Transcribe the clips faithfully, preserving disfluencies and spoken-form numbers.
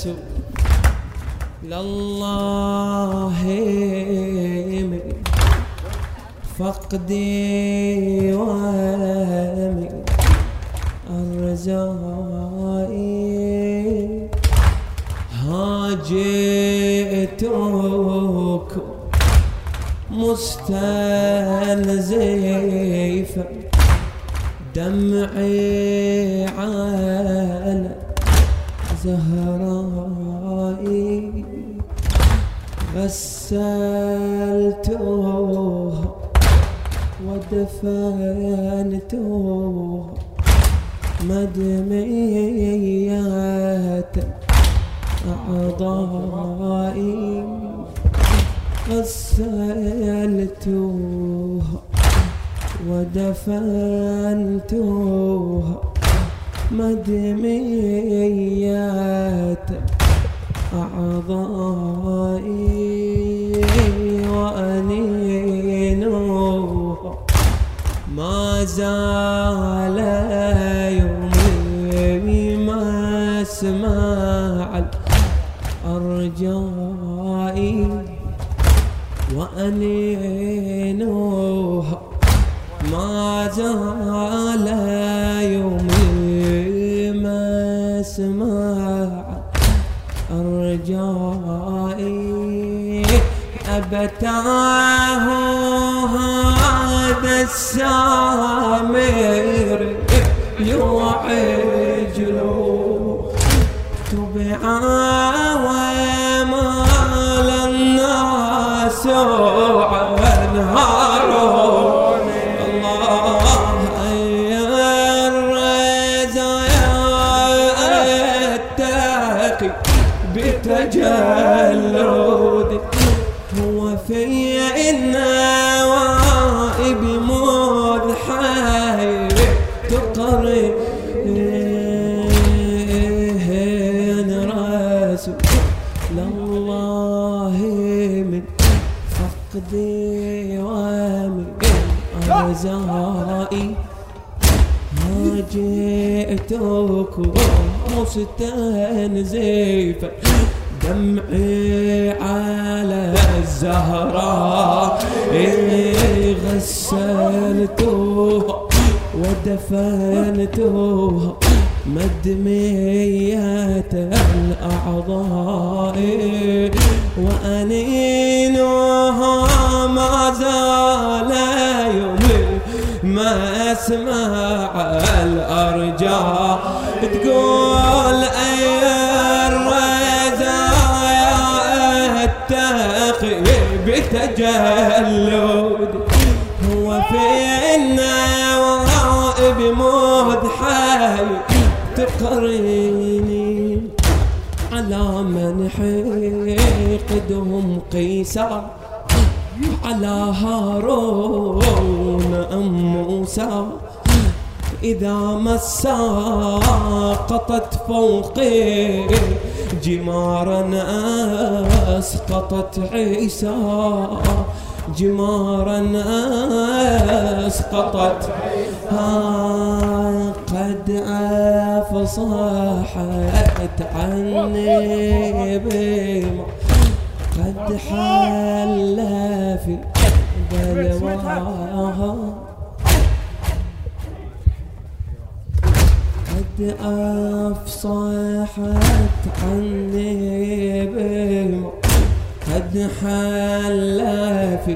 رسول الله من فقدي ومن الرزاء هاجئتكم مستنزفا دمعي على زهرائي غسلتها ودفنتها مدميات أعضائي غسلتها ودفنتها مدميات أعضائي وأنينها ما زال يومي ما اسمع الأرجاء وأنينها ما زال يومي ما اسمع أرجائي أبتاه هذا السامر يوعج له تبعا ومال الناس عنهارون الله أي الرزايا التقي بتجلد هو في النوائب مذ حير تقرب رسول الله من فقدي ومن أرزائي ما جئتكم مستنزفا دمعي على الزهراء غسلتها ودفنتها مدميات الأعضاء وأنينها ما زال يومي ما اسمع الأرجاء تقول أي الرزايا التقي بتجلد هو في النوائب مذ حي تقريني على من حقدهم قيسا على هارون أم موسى إذا ما سقطت فوقي جمارا أسقطت عيسى جمارا أسقطت ها قد أفصحت عني بما قد حل في بلواها قد أفصحت عني بما قد حل في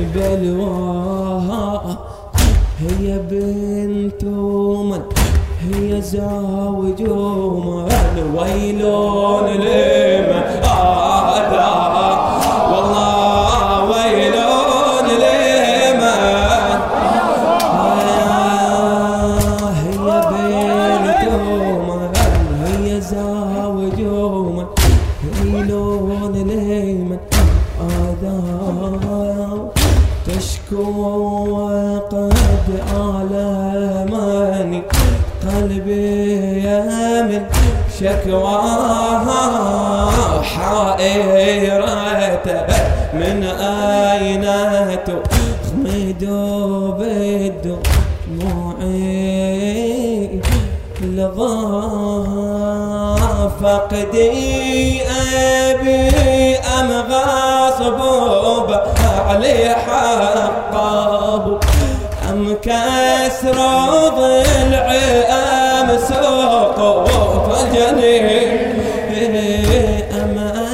بلواها هي بنت من هي زوج من ويلون لمن آذى والله ويلون لمن هي بنت من هي زوج من ويلون لمن آذى تشكو وقد آلمني قلبي من شكواها حائرة من أين تخمد بالدموع رضاها فقدي أبي أم غاصب علي حقه أم كسر ضلعي أم سقوط الجنين أم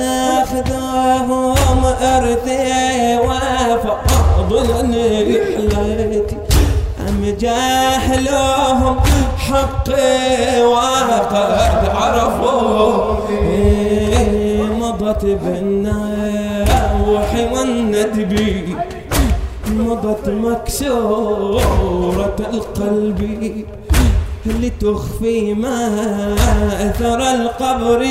أخذهم أرثي وفضلني حليتي أم جهلهم حقي وقد عرفوا مضت بالنوح والندبي مضت مكسورة القلب لتخفي ما أثر القبر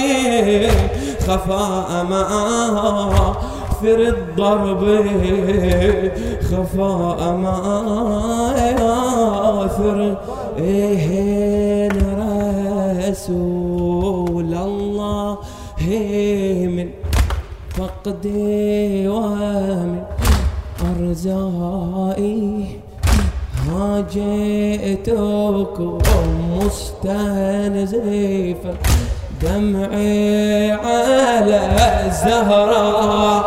خفاء ما أثر الضرب خفاء ما أثر إهين رسول الله من فقدي ومن أرزائي ها جئتكم مستنزفا دمعي على الزهراء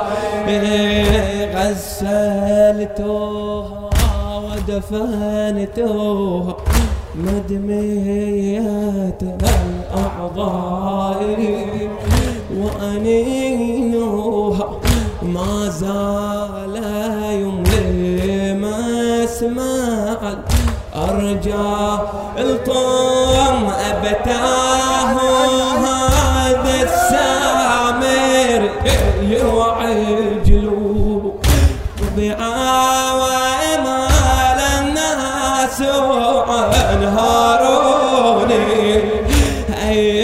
غسلتها ودفنتها مدمية الأعضاء وأنينها ما زال يملي مسمع الأرجاء الطم أبتاه هذا السامر يعجلوا بعوام الناس انهاروني أي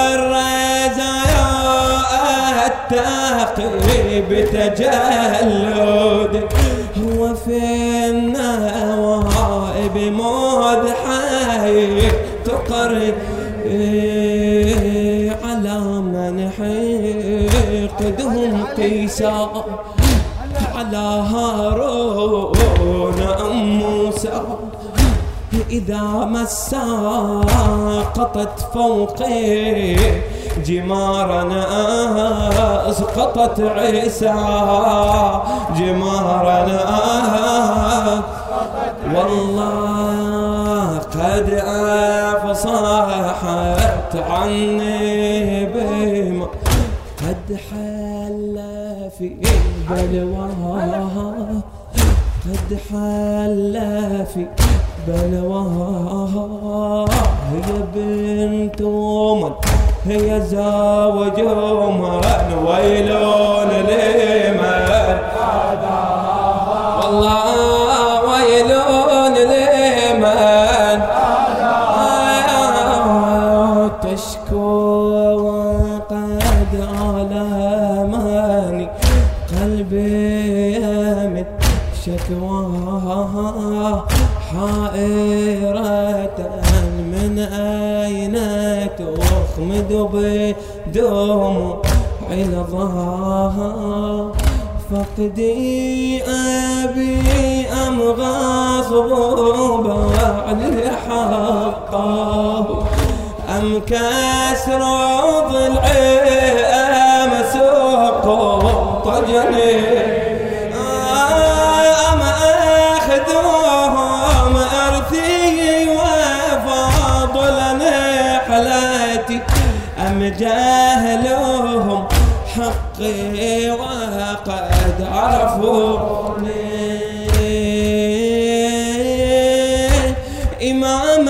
الرزايا التقي بتجلد هو في النوائب مذحي تقرب على من حقدهم قيسا على هارون أم موسى إذا ما سقطت فوقي جمارنا اسقطت عيسى جمارنا والله قد أفصحت عني بما قد حل في بلواها قد حل في بلواها هي بنت من هي زوج من ويل لمن والله ويل لمن تشكو وقد ألمني قلبي من شكواها حائرة من أين تخمد بدموع لظاها فقدي أبي أم غاصب بعد حقه أم كسر ضلعي أم سقوط الجنين أم أخذهم أرثي وفضلني حلاتي أم جهلهم حقي وقد عرفوني إمام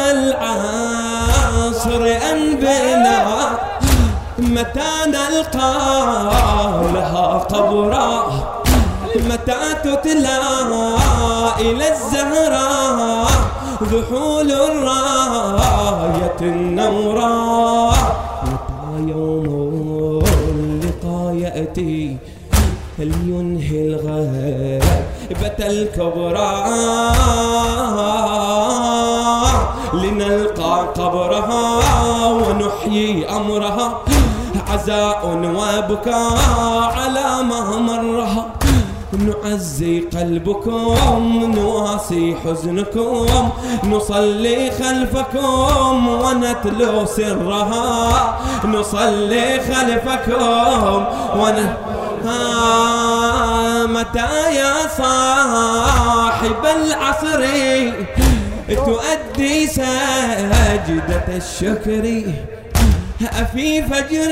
العصر أنبنا متى نلقى لها قبرا متى تتلى إلى الزهراء ذحول الراية النوراء متى يوم اللقاء يأتي لينهي الغيبة الكبرى لنلقى قبرها ونحيي أمرها عزاء وبكاء على ما مرها نعزي قلبكم نواسي حزنكم نصلي خلفكم ونتلو سرها نصلي خلفكم ون آه متى يا صاحب العصر تؤدي سجدة الشكر في فجر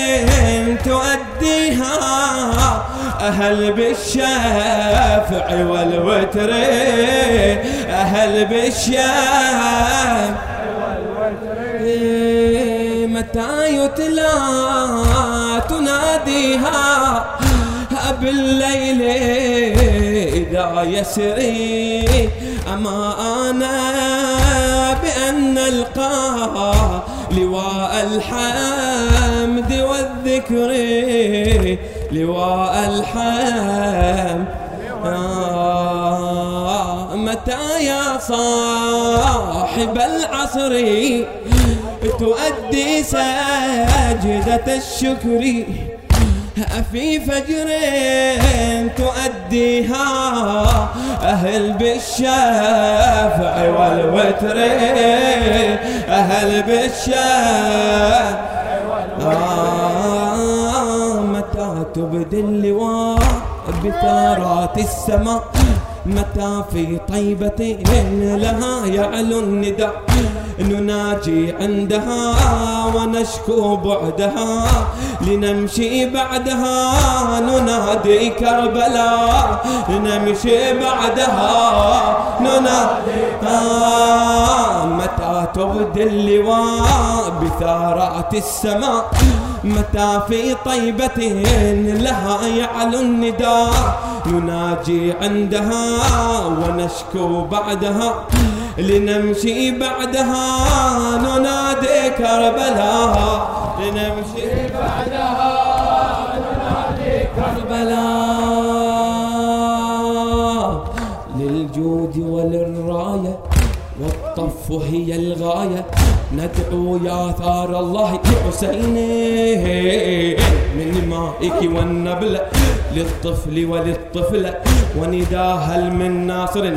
تؤديها أهل بالشافع والوتر أهل بالشافع والوتر متى يتلى تناديها بالليل إذا يسري أما أنا بأن نلقى لواء الحمد والذكر لواء الحمد آه متى يا صاحب العصر تؤدي سجدة الشكر في فجر تؤديها أهل بالشافع والوتر أهل بالشافع آه متى تبدي اللواء بثارات السماء متى في طيبة لها يعلو النداء نناجي عندها ونشكو بعدها لنمشي بعدها ننادي كربلاء لنمشي بعدها ننادي آه متى تبدي اللواء بثارات السماء متى في طيبة لها يعلو النداء نناجي عندها ونشكو بعدها لنمشي بعدها ننادي كربلاء لنمشي بعدها ننادي كربلاء للجود وللراية والطف هي الغاية ندعو يا ثار الله لحسين من مائك والنبل للطفل وللطفلة ونداها من ناصر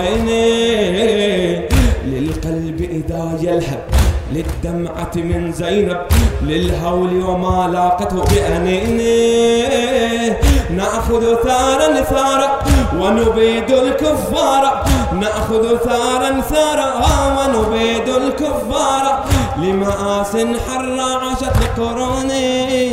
وعيني للقلب إذا يلهب للدمعة من زينب للهول وما لاقته بأنيني نأخذ ثارا ثارا ونبيد الكفار نأخذ ثارا ثارا ونبيد الكفار لمآس حر عاشت قروني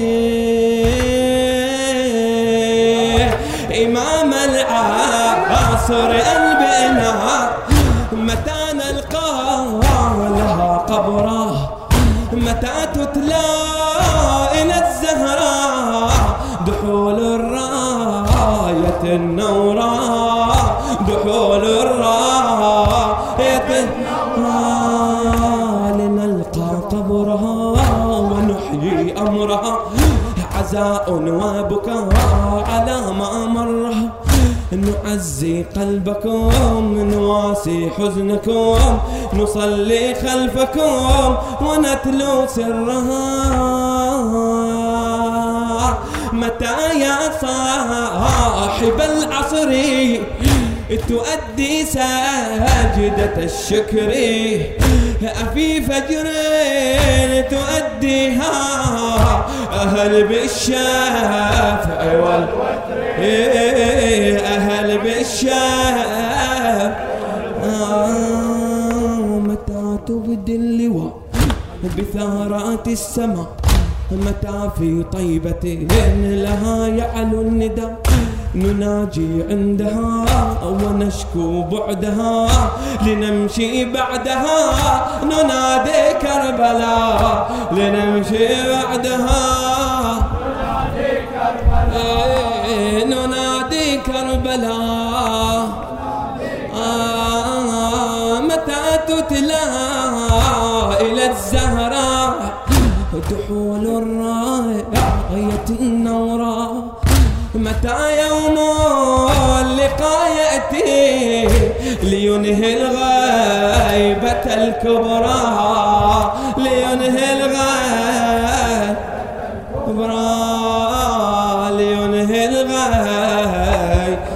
إمام العصر البئنا متى نلقى لها قبره متى تتلى إلى الزهراء دحول الراية النوراء دحول الراية النوراء لنلقى قبرها ونحيي أمرها عزاء وبكاء على ما مرها نعزي قلبكم نواسي حزنكم نصلي خلفكم ونتلو سرها متى يا صاحب العصر تؤدي سجدة الشكر في فجر تؤديها أهل بالشافع والوتر أهل بالشافع آه متى تبدي اللواء بثارات السماء متى في طيبة لها يعلو النداء نناجي عندها ونشكو بعدها لنمشي بعدها ننادي كربلاء لنمشي بعدها ننادي كربلاء ننادي كربلاء آه متى تتلى إلى الزهراء دحول الراية النوراء متى يوم اللقاء يأتي لينهي الغيبة الكبرى لينهي الغيبة الكبرى لينهي الغيبة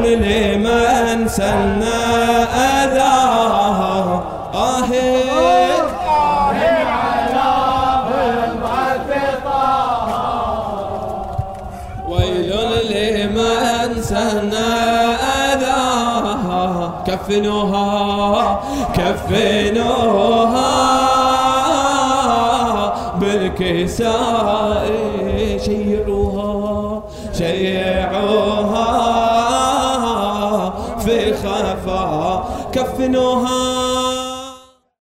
لمن سنى أذاها آهين آهين على ظلمة طه ويل لمن سنى أذاها كفنوها كفنوها بالكساء شيعوها شيعوها في خفا كفنوها